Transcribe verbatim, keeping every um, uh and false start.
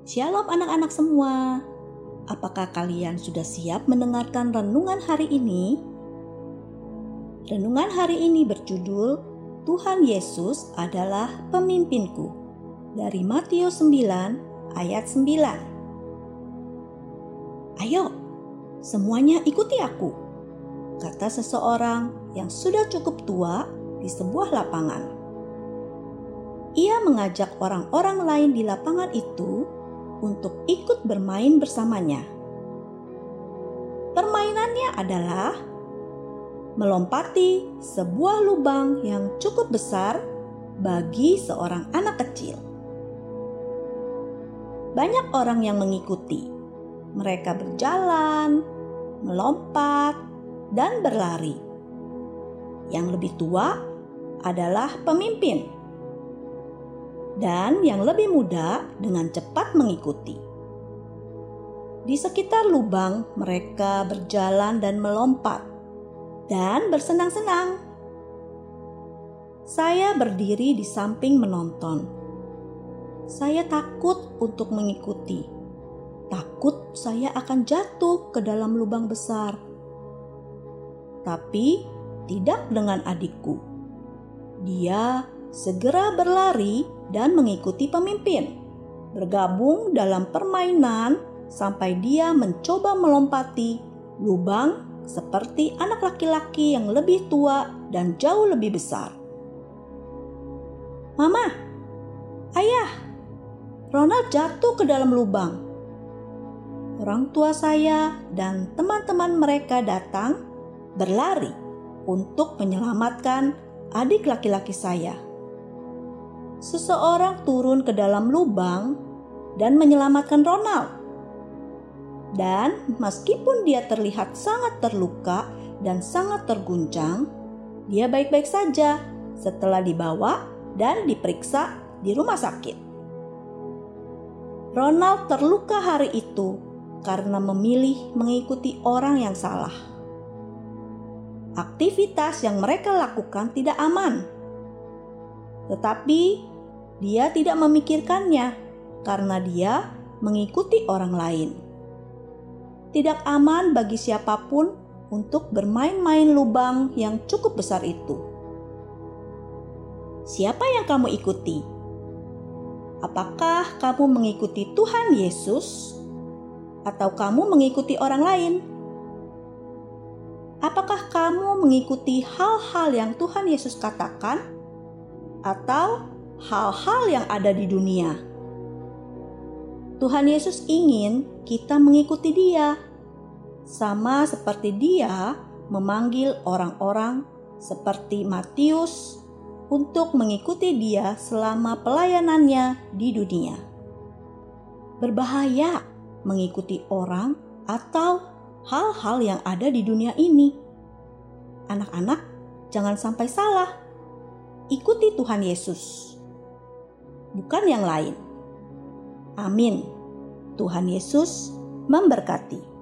Shalom anak-anak semua. Apakah kalian sudah siap mendengarkan renungan hari ini? Renungan hari ini berjudul Tuhan Yesus adalah pemimpinku, dari Matius sembilan ayat sembilan. Ayo, semuanya ikuti aku, kata seseorang yang sudah cukup tua di sebuah lapangan. Ia mengajak orang-orang lain di lapangan itu untuk ikut bermain bersamanya. Permainannya adalah melompati sebuah lubang yang cukup besar bagi seorang anak kecil. Banyak orang yang mengikuti. Mereka berjalan, melompat, dan berlari. Yang lebih tua adalah pemimpin, dan yang lebih muda dengan cepat mengikuti. Di sekitar lubang mereka berjalan dan melompat dan bersenang-senang. Saya berdiri di samping menonton. Saya takut untuk mengikuti. Takut saya akan jatuh ke dalam lubang besar. Tapi tidak dengan adikku. Dia segera berlari dan mengikuti pemimpin, bergabung dalam permainan sampai dia mencoba melompati lubang seperti anak laki-laki yang lebih tua dan jauh lebih besar. Mama, ayah, Ronald jatuh ke dalam lubang. Orang tua saya dan teman-teman mereka datang berlari untuk menyelamatkan adik laki-laki saya. Seseorang turun ke dalam lubang dan menyelamatkan Ronald. Dan meskipun dia terlihat sangat terluka dan sangat terguncang, dia baik-baik saja setelah dibawa dan diperiksa di rumah sakit. Ronald terluka hari itu karena memilih mengikuti orang yang salah. Aktivitas yang mereka lakukan tidak aman. Tetapi dia tidak memikirkannya karena dia mengikuti orang lain. Tidak aman bagi siapapun untuk bermain-main lubang yang cukup besar itu. Siapa yang kamu ikuti? Apakah kamu mengikuti Tuhan Yesus atau kamu mengikuti orang lain? Apakah kamu mengikuti hal-hal yang Tuhan Yesus katakan atau hal-hal yang ada di dunia? Tuhan Yesus ingin kita mengikuti Dia, sama seperti Dia memanggil orang-orang seperti Matius untuk mengikuti Dia selama pelayanannya di dunia. Berbahaya mengikuti orang atau hal-hal yang ada di dunia ini. Anak-anak, jangan sampai salah. Ikuti Tuhan Yesus, bukan yang lain. Amin. Tuhan Yesus memberkati.